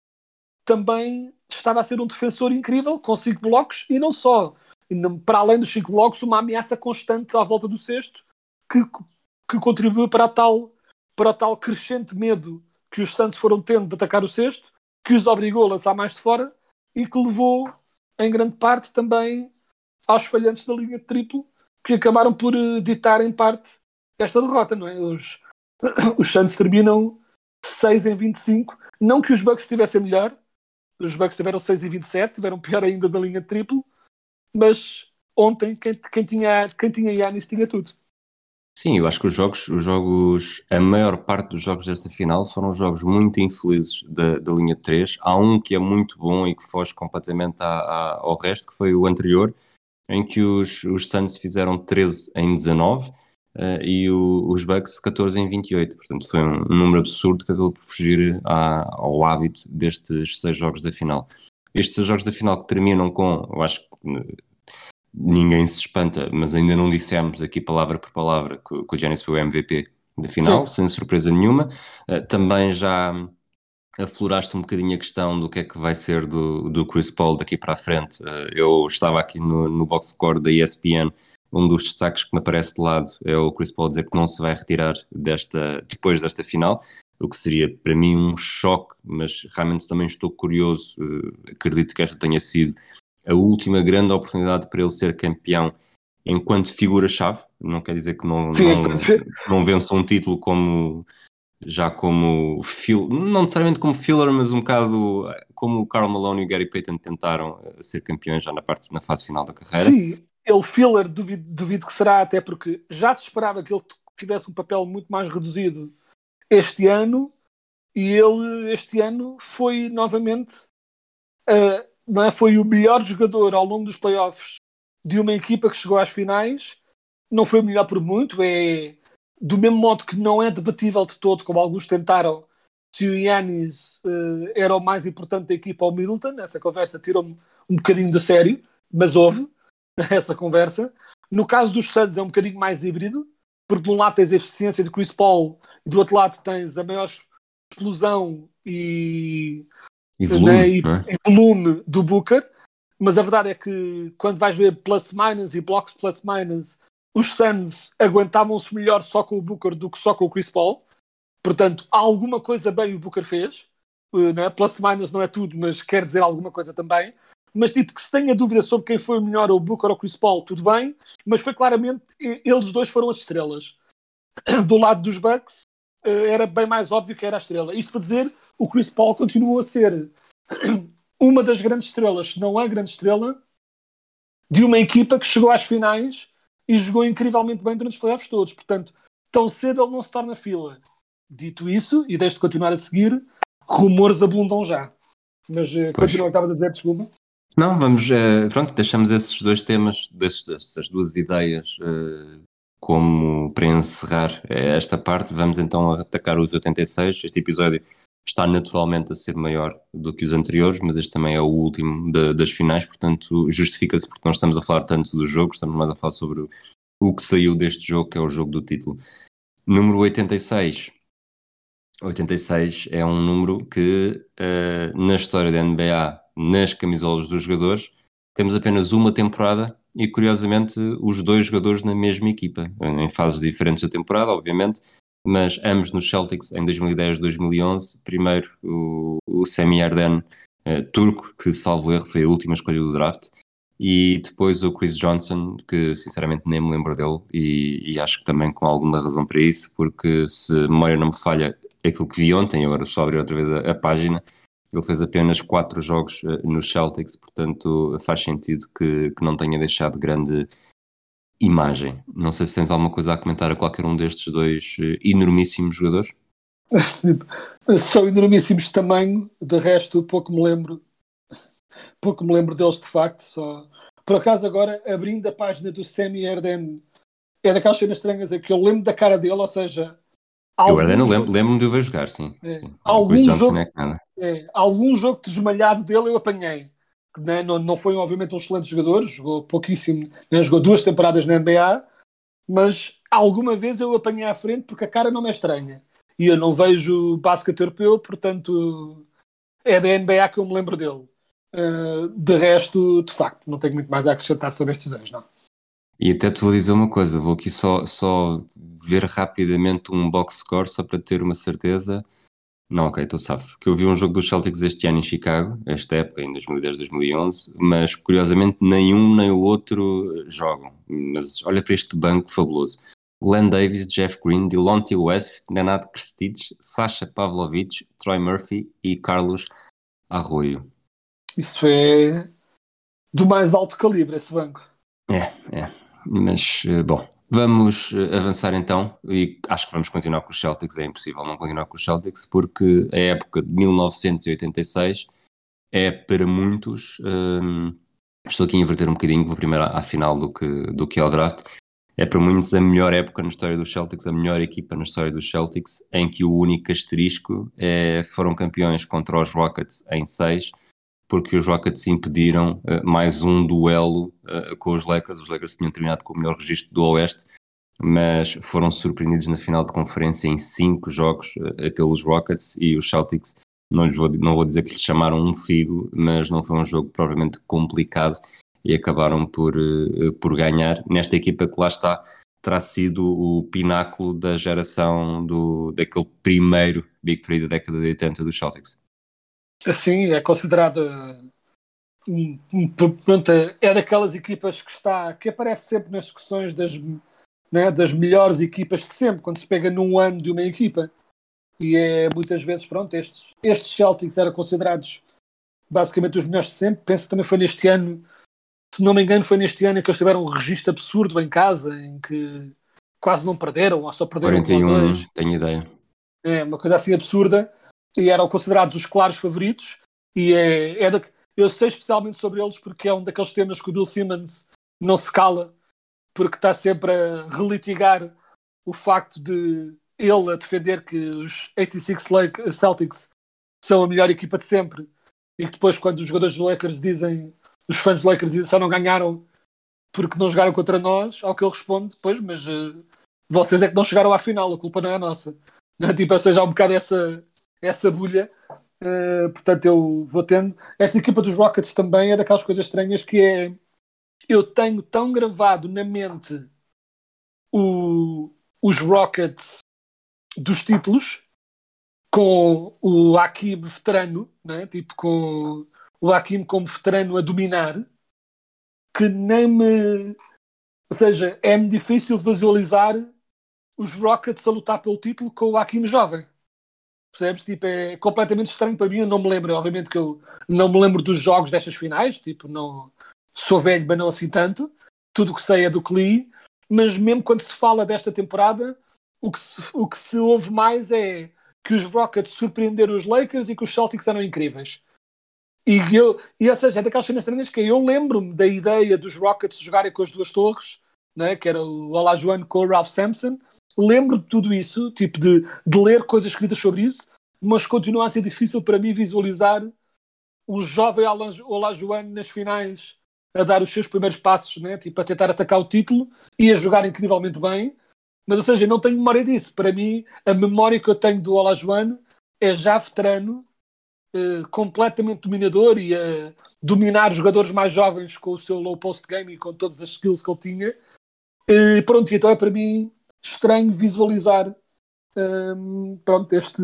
também estava a ser um defensor incrível, com cinco blocos, e não só. E não, para além dos cinco blocos, uma ameaça constante à volta do cesto, que, que contribuiu para, a tal, para o tal crescente medo que os Santos foram tendo de atacar o cesto, que os obrigou a lançar mais de fora, e que levou, em grande parte, também aos falhantes da linha de triplo, que acabaram por uh, ditar, em parte, esta derrota, não é? Os, os Santos terminam seis em vinte e cinco. Não que os Bucks estivessem melhor, os Bucks tiveram seis em vinte e sete, tiveram pior ainda da linha de triplo, mas ontem, quem, quem tinha quem tinha Giannis tinha tudo. Sim, eu acho que os jogos, os jogos, a maior parte dos jogos desta final foram jogos muito infelizes da, da linha de três. Há um que é muito bom e que foge completamente à, à, ao resto, que foi o anterior, em que os, os Suns fizeram treze em dezanove uh, e o, os Bucks catorze em vinte e oito. Portanto, foi um, um número absurdo que acabou por fugir à, ao hábito destes seis jogos da final. Estes seis jogos da final que terminam com, eu acho que ninguém se espanta, mas ainda não dissemos aqui palavra por palavra que, que o Giannis foi o M V P da final, Sim. sem surpresa nenhuma. Uh, também já afloraste um bocadinho a questão do que é que vai ser do, do Chris Paul daqui para a frente. Uh, eu estava aqui no, no box score da E S P N, um dos destaques que me aparece de lado é o Chris Paul dizer que não se vai retirar desta, depois desta final, o que seria para mim um choque, mas realmente também estou curioso. Uh, acredito que esta tenha sido a última grande oportunidade para ele ser campeão enquanto figura-chave. Não quer dizer que não, Sim, não, não vença um título como já como fill, não necessariamente como filler, mas um bocado como o Karl Malone e o Gary Payton tentaram ser campeões já na, parte, na fase final da carreira. Sim, ele filler duvido, duvido que será, até porque já se esperava que ele tivesse um papel muito mais reduzido este ano, e ele este ano foi novamente uh, não é, foi o melhor jogador ao longo dos playoffs de uma equipa que chegou às finais. Não foi o melhor por muito, é do mesmo modo que não é debatível de todo, como alguns tentaram, se o Giannis uh, era o mais importante da equipa ao Middleton. Essa conversa tirou-me um bocadinho de sério, mas houve essa conversa. No caso dos Suns é um bocadinho mais híbrido, porque de um lado tens a eficiência de Chris Paul e do outro lado tens a maior explosão e, E volume, né, e, não é? e volume do Booker. Mas a verdade é que quando vais ver plus-minus e blocos plus-minus, os Suns aguentavam-se melhor só com o Booker do que só com o Chris Paul. Portanto, alguma coisa bem o Booker fez. Uh, né? Plus-minus não é tudo, mas quer dizer alguma coisa também. Mas tipo, que se tenha dúvida sobre quem foi o melhor, o Booker ou o Chris Paul, tudo bem. Mas foi claramente, eles dois foram as estrelas. Do lado dos Bucks, uh, era bem mais óbvio que era a estrela. Isto para dizer, o Chris Paul continuou a ser uma das grandes estrelas, se não a grande estrela, de uma equipa que chegou às finais e jogou incrivelmente bem durante os playoffs todos. Portanto, tão cedo ele não se torna fila. Dito isso, e deixo de continuar a seguir, rumores abundam já. Mas uh, continua o que estavas a dizer, desculpa. Não, vamos, eh, pronto, deixamos esses dois temas, desses- essas duas ideias eh, como para encerrar eh, esta parte. Vamos então atacar os oitenta e seis. Este episódio está naturalmente a ser maior do que os anteriores, mas este também é o último da- das finais, portanto justifica-se porque não estamos a falar tanto do jogo, estamos mais a falar sobre o, o que saiu deste jogo, que é o jogo do título. Número oitenta e seis. oitenta e seis é um número que, eh, na história da N B A, nas camisolas dos jogadores, temos apenas uma temporada e, curiosamente, os dois jogadores na mesma equipa, em fases diferentes da temporada, obviamente, mas ambos nos Celtics em dois mil e dez, dois mil e onze. Primeiro, o, o Semi Arden, eh, turco, que, salvo erro, foi a última escolha do draft, e depois o Chris Johnson, que sinceramente nem me lembro dele, e, e acho que também com alguma razão para isso, porque se a memória não me falha, aquilo que vi ontem, agora só abrir outra vez a, a página, ele fez apenas quatro jogos uh, nos Celtics, portanto faz sentido que, que não tenha deixado grande imagem. Não sei se tens alguma coisa a comentar a qualquer um destes dois uh, enormíssimos jogadores. São enormíssimos de tamanho, de resto pouco me lembro pouco me lembro deles de facto. Só... Por acaso agora, abrindo a página do Semi Arden, é daquelas cenas estranhas, é que eu lembro da cara dele, ou seja, Eu Arden algum, lembro, jogo, lembro-me de o ver jogar, sim. é, sim. O algum, Chris Johnson jogo, é que nada. é, algum jogo desmalhado dele eu apanhei. Né? Não, não foi obviamente um excelente jogador, jogou pouquíssimo, né? Jogou duas temporadas na N B A, mas alguma vez eu o apanhei à frente porque a cara não me é estranha. E eu não vejo basquete europeu, portanto é da N B A que eu me lembro dele. Uh, de resto, de facto, não tenho muito mais a acrescentar sobre estes dois, não. E até te vou dizer uma coisa, vou aqui só, só ver rapidamente um box score só para ter uma certeza. Não, ok, estou safo. Que eu vi um jogo dos Celtics este ano em Chicago, esta época, em dois mil e dez, dois mil e onze, mas curiosamente nenhum nem o outro jogam. Mas olha para este banco fabuloso. Glenn Davis, Jeff Green, Delonte West, Nenad Krstić, Sasha Pavlovic, Troy Murphy e Carlos Arroyo. Isso é do mais alto calibre, esse banco. É, é. Mas, eh, bom, vamos eh, avançar então, e acho que vamos continuar com os Celtics. É impossível não continuar com os Celtics, porque a época de mil novecentos e oitenta e seis é para muitos, hum, estou aqui a inverter um bocadinho, vou primeiro à, à final do que, do que ao draft, é para muitos a melhor época na história dos Celtics, a melhor equipa na história dos Celtics, em que o único asterisco é, foram campeões contra os Rockets em seis, porque os Rockets impediram uh, mais um duelo uh, com os Lakers. Os Lakers tinham terminado com o melhor registro do Oeste, mas foram surpreendidos na final de conferência em cinco jogos uh, pelos Rockets, e os Celtics, não, lhes vou, não vou dizer que lhes chamaram um figo, mas não foi um jogo propriamente complicado e acabaram por, uh, por ganhar. Nesta equipa que lá está, terá sido o pináculo da geração do, daquele primeiro Big Three da década de oitenta dos Celtics. Assim, é considerada um, um, pronto, é daquelas equipas que está, que aparece sempre nas discussões das, né, das melhores equipas de sempre, quando se pega num ano de uma equipa. E é muitas vezes, pronto, estes, estes Celtics eram considerados basicamente os melhores de sempre. Penso que também foi neste ano, se não me engano, foi neste ano em que eles tiveram um registro absurdo em casa, em que quase não perderam, ou só perderam quarenta e um ou um, dois. tenho ideia. É uma coisa assim absurda. E eram considerados os claros favoritos, e é, é da, eu sei especialmente sobre eles porque é um daqueles temas que o Bill Simmons não se cala, porque está sempre a relitigar o facto de ele a defender que os oitenta e seis Lake- Celtics são a melhor equipa de sempre e que depois quando os jogadores dos Lakers dizem, os fãs dos Lakers dizem só não ganharam porque não jogaram contra nós, ao que ele responde, pois, mas uh, vocês é que não chegaram à final, a culpa não é nossa. Não, tipo, ou seja, há um bocado essa, essa bolha. Uh, portanto, eu vou tendo. Esta equipa dos Rockets também é daquelas coisas estranhas que é. Eu tenho tão gravado na mente o, os Rockets dos títulos com o Hakim veterano, né? Tipo, com o Hakim como veterano a dominar, que nem me. Ou seja, é-me difícil visualizar os Rockets a lutar pelo título com o Hakim jovem. Percebes? Tipo, é completamente estranho para mim. Eu não me lembro, obviamente que eu não me lembro dos jogos destas finais. Tipo, não sou velho, mas não assim tanto. Tudo o que sei é do que li. Mas mesmo quando se fala desta temporada, o que se, o que se ouve mais é que os Rockets surpreenderam os Lakers e que os Celtics eram incríveis. E, eu, e ou seja, é daquelas cenas estranhas que eu lembro-me da ideia dos Rockets jogarem com as duas torres, né, que era o Olajuwon com o Ralph Sampson. Lembro de tudo isso, tipo de, de ler coisas escritas sobre isso, mas continua a ser difícil para mim visualizar o jovem Olajuwon nas finais a dar os seus primeiros passos, né, tipo a tentar atacar o título e a jogar incrivelmente bem. Mas, ou seja, eu não tenho memória disso. Para mim, a memória que eu tenho do Olajuwon é já veterano, Uh, completamente dominador e a uh, dominar os jogadores mais jovens com o seu low post game e com todas as skills que ele tinha. Uh, pronto, então é para mim estranho visualizar um, pronto, este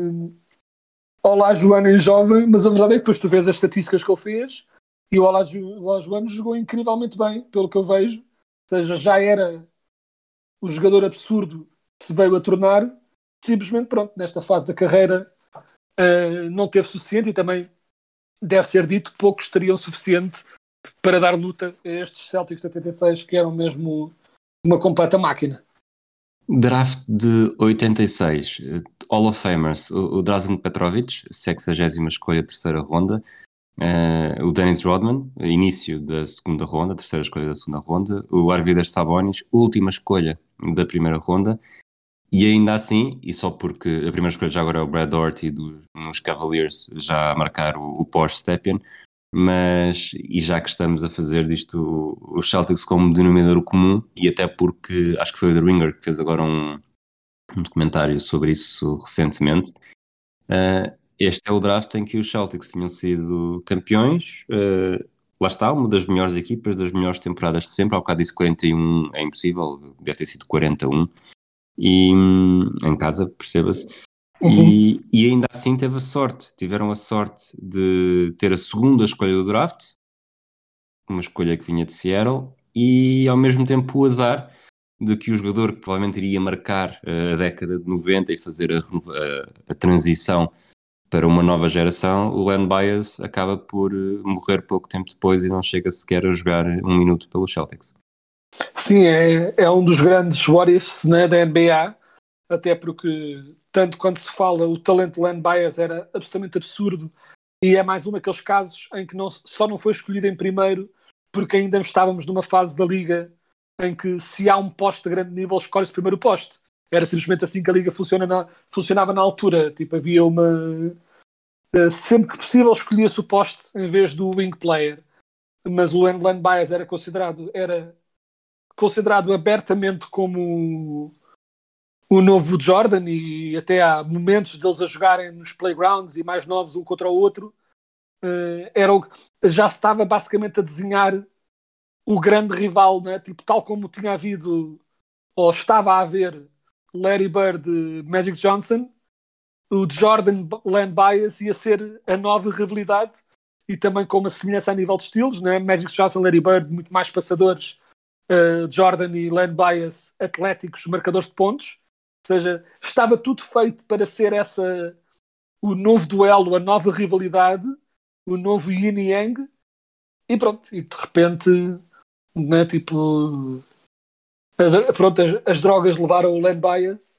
Olajuwon em jovem, mas a verdade é que depois tu vês as estatísticas que ele fez e o Olajuwon jogou incrivelmente bem, pelo que eu vejo. Ou seja, já era o jogador absurdo que se veio a tornar, simplesmente pronto, nesta fase da carreira Uh, não teve suficiente e também deve ser dito que poucos teriam suficiente para dar luta a estes Celtics de oitenta e seis que eram mesmo uma completa máquina. Draft de oitenta e seis, Hall of Famers, o, o Drazen Petrovic, sexagésima escolha, terceira ronda, uh, o Dennis Rodman, início da segunda ronda, terceira escolha da segunda ronda, o Arvydas Sabonis, última escolha da primeira ronda. E ainda assim, e só porque a primeira escolha já agora é o Brad Daugherty do, nos Cavaliers, já a marcar o, o pós-Stepien, mas, e já que estamos a fazer disto os Celtics como denominador comum, e até porque acho que foi o The Ringer que fez agora um, um documentário sobre isso recentemente, uh, este é o draft em que os Celtics tinham sido campeões, uh, lá está, uma das melhores equipas, das melhores temporadas de sempre. Há bocado disse quarenta e um, é impossível, deve ter sido quarenta e um, e em casa, perceba-se, uhum. e, e ainda assim teve a sorte, tiveram a sorte de ter a segunda escolha do draft, uma escolha que vinha de Seattle, e ao mesmo tempo o azar de que o jogador que provavelmente iria marcar a década de noventa e fazer a, a, a transição para uma nova geração, o Len Bias acaba por morrer pouco tempo depois e não chega sequer a jogar um minuto pelos Celtics. Sim, é, é um dos grandes what ifs, né, da N B A, até porque tanto quando se fala o talento de Len Bias era absolutamente absurdo e é mais um daqueles casos em que não, só não foi escolhido em primeiro porque ainda estávamos numa fase da liga em que se há um poste de grande nível escolhe-se primeiro o poste. Era simplesmente assim que a liga funciona na, funcionava na altura, tipo havia uma sempre que possível escolhia-se o poste em vez do wing player, mas o Len Bias era considerado era considerado abertamente como o novo Jordan e até há momentos deles a jogarem nos playgrounds e mais novos um contra o outro, uh, era o, já se estava basicamente a desenhar o grande rival, né? Tipo, tal como tinha havido ou estava a haver Larry Bird e Magic Johnson, o Jordan Len Bias ia ser a nova rivalidade e também com uma semelhança a nível de estilos, né? Magic Johnson e Larry Bird muito mais passadores, Uh, Jordan e Len Bias atléticos, marcadores de pontos, ou seja, estava tudo feito para ser essa o novo duelo, a nova rivalidade, o novo yin e yang, e pronto, e de repente, né, tipo a, pronto, as, as drogas levaram o Len Bias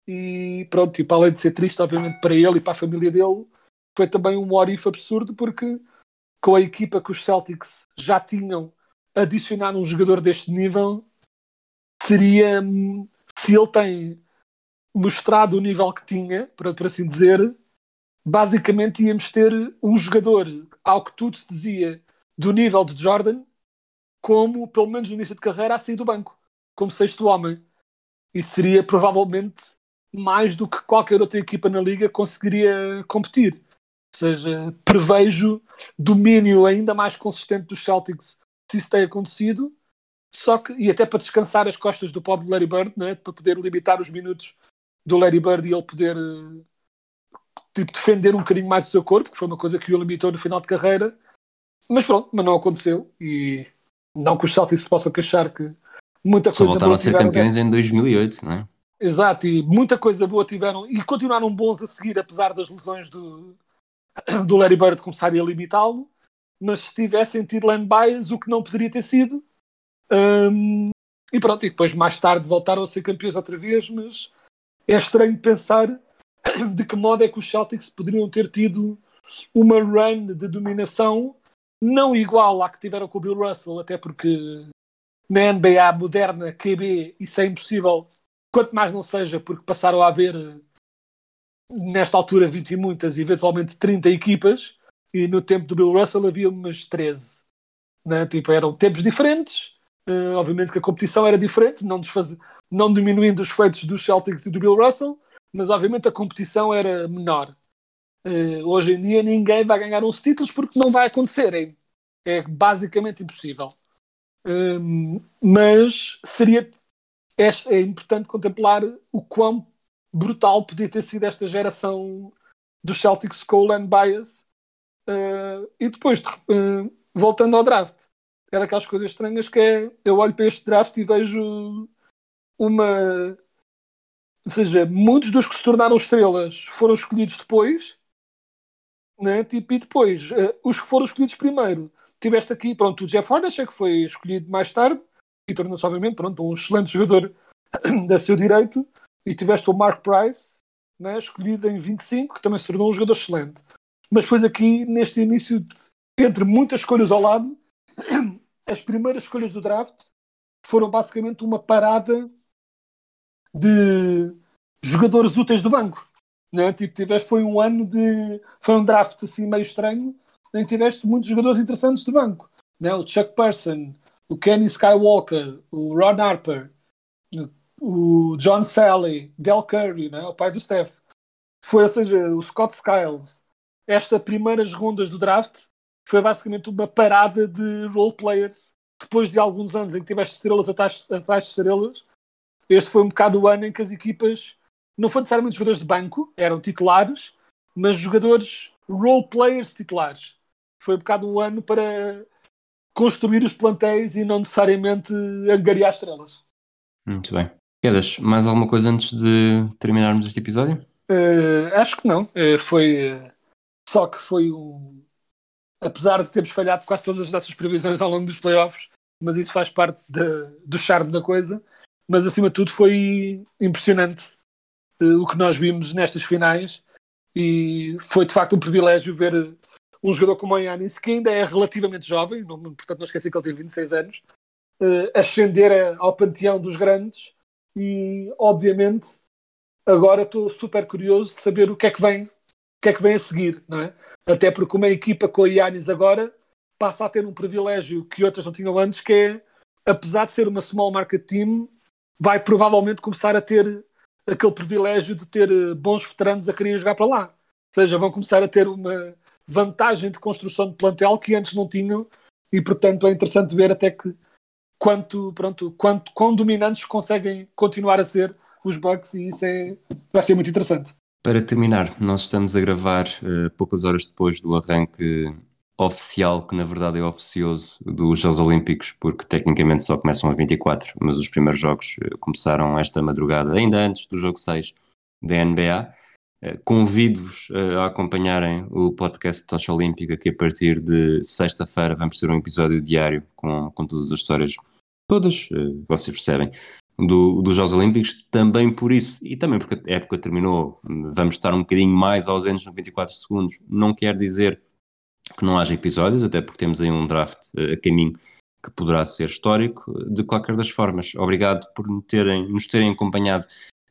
e pronto, e para além de ser triste obviamente para ele e para a família dele, foi também um what if absurdo, porque com a equipa que os Celtics já tinham, adicionar um jogador deste nível seria, se ele tem mostrado o nível que tinha, para, por assim dizer, basicamente íamos ter um jogador, ao que tudo se dizia, do nível de Jordan, como, pelo menos no início de carreira, a sair do banco, como sexto homem. E seria provavelmente mais do que qualquer outra equipa na liga conseguiria competir. Ou seja, prevejo domínio ainda mais consistente dos Celtics se isso tem acontecido, só que, e até para descansar as costas do pobre Larry Bird, né, para poder limitar os minutos do Larry Bird e ele poder tipo, defender um bocadinho mais o seu corpo, que foi uma coisa que o limitou no final de carreira. Mas pronto, mas não aconteceu. E não que os Celtics se possam queixar que muita Só coisa voltaram boa a ser tiveram campeões dentro. em dois mil e oito, não é? Exato, e muita coisa boa tiveram e continuaram bons a seguir, apesar das lesões do, do Larry Bird começarem a limitá-lo. Mas se tivessem tido land bias, o que não poderia ter sido. Um, e pronto, e depois mais tarde voltaram a ser campeões outra vez. Mas é estranho pensar de que modo é que os Celtics poderiam ter tido uma run de dominação não igual à que tiveram com o Bill Russell, até porque na N B A moderna, Q B, isso é impossível, quanto mais não seja, porque passaram a haver nesta altura vinte e muitas, eventualmente trinta equipas, e no tempo do Bill Russell havia umas treze, né? Tipo, eram tempos diferentes, uh, obviamente que a competição era diferente, não, desfaz... não diminuindo os feitos dos Celtics e do Bill Russell, mas obviamente a competição era menor. Uh, hoje em dia ninguém vai ganhar uns títulos porque não vai acontecer, é, é basicamente impossível. Um, mas seria é, é importante contemplar o quão brutal podia ter sido esta geração dos Celtics com o land bias. Uh, e depois uh, voltando ao draft, é daquelas coisas estranhas que é, eu olho para este draft e vejo uma, ou seja, muitos dos que se tornaram estrelas foram escolhidos depois, né? Tipo, e depois uh, os que foram escolhidos primeiro, tiveste aqui, pronto, o Jeff Hornacek que foi escolhido mais tarde e tornou-se obviamente, pronto, um excelente jogador da seu direito, e tiveste o Mark Price, né, escolhido em vinte e cinco, que também se tornou um jogador excelente. Mas depois aqui, neste início, de, entre muitas escolhas ao lado, as primeiras escolhas do draft foram basicamente uma parada de jogadores úteis do banco. Né? Tipo, tiveste, foi um ano de... Foi um draft assim meio estranho, em que tiveste muitos jogadores interessantes do banco. Né? O Chuck Person, o Kenny Skywalker, o Ron Harper, o John Sally, Del Curry, né? O pai do Steph. Foi, ou seja, o Scott Skiles. Estas primeiras rondas do draft foi basicamente uma parada de role players. Depois de alguns anos em que tiveste estrelas atrás, atrás de estrelas, este foi um bocado o ano em que as equipas não foram necessariamente jogadores de banco, eram titulares, mas jogadores role players titulares. Foi um bocado um ano para construir os plantéis e não necessariamente angariar estrelas. Muito bem. Quedas, mais alguma coisa antes de terminarmos este episódio? Uh, acho que não. Uh, foi uh, só que foi um. Apesar de termos falhado quase todas as nossas previsões ao longo dos playoffs, mas isso faz parte de, do charme da coisa. Mas acima de tudo foi impressionante uh, o que nós vimos nestas finais, e foi de facto um privilégio ver uh, um jogador como o Giannis, que ainda é relativamente jovem, não, portanto não esqueci que ele tem vinte e seis anos, uh, ascender a, ao panteão dos grandes. E obviamente agora estou super curioso de saber o que é que vem, o que é que vem a seguir, não é? Até porque uma equipa com o Giannis agora passa a ter um privilégio que outras não tinham antes, que é, apesar de ser uma small market team, vai provavelmente começar a ter aquele privilégio de ter bons veteranos a querer jogar para lá. Ou seja, vão começar a ter uma vantagem de construção de plantel que antes não tinham, e portanto é interessante ver até que quanto, pronto, quanto, quão dominantes conseguem continuar a ser os Bucks, e isso é, vai ser muito interessante. Para terminar, nós estamos a gravar uh, poucas horas depois do arranque oficial, que na verdade é oficioso, dos Jogos Olímpicos, porque tecnicamente só começam a vinte e quatro, mas os primeiros jogos uh, começaram esta madrugada, ainda antes do jogo seis da N B A. Uh, convido-vos uh, a acompanharem o podcast Tocha Olímpica, que a partir de sexta-feira vamos ter um episódio diário com, com todas as histórias, todas, uh, vocês percebem, Do, dos Jogos Olímpicos, também por isso, e também porque a época terminou, vamos estar um bocadinho mais ausentes no vinte e quatro segundos. Não quer dizer que não haja episódios, até porque temos aí um draft a caminho que poderá ser histórico. De qualquer das formas, obrigado por terem, nos terem acompanhado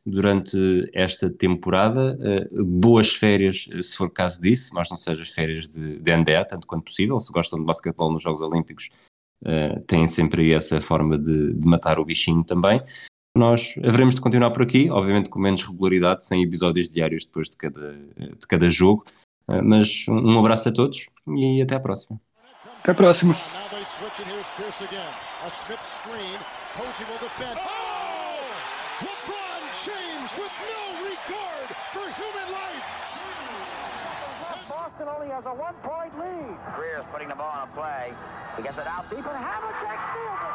durante esta temporada. Uh, boas férias, se for caso disso, mas não seja as férias de, de N B A, tanto quanto possível. Se gostam de basquetebol nos Jogos Olímpicos, uh, têm sempre aí essa forma de, de matar o bichinho também. Nós haveremos de continuar por aqui, obviamente com menos regularidade, sem episódios diários depois de cada, de cada jogo. Uh, mas um abraço a todos e até à próxima. Até a próxima. Now they switch and here's Pierce again. A Smith screen. Posey will defend. Oh! LeBron James with no regard for human life. Boston only has a one-point lead. Greer's putting the ball on a play. He gets it out deep, and Havlicek steals it.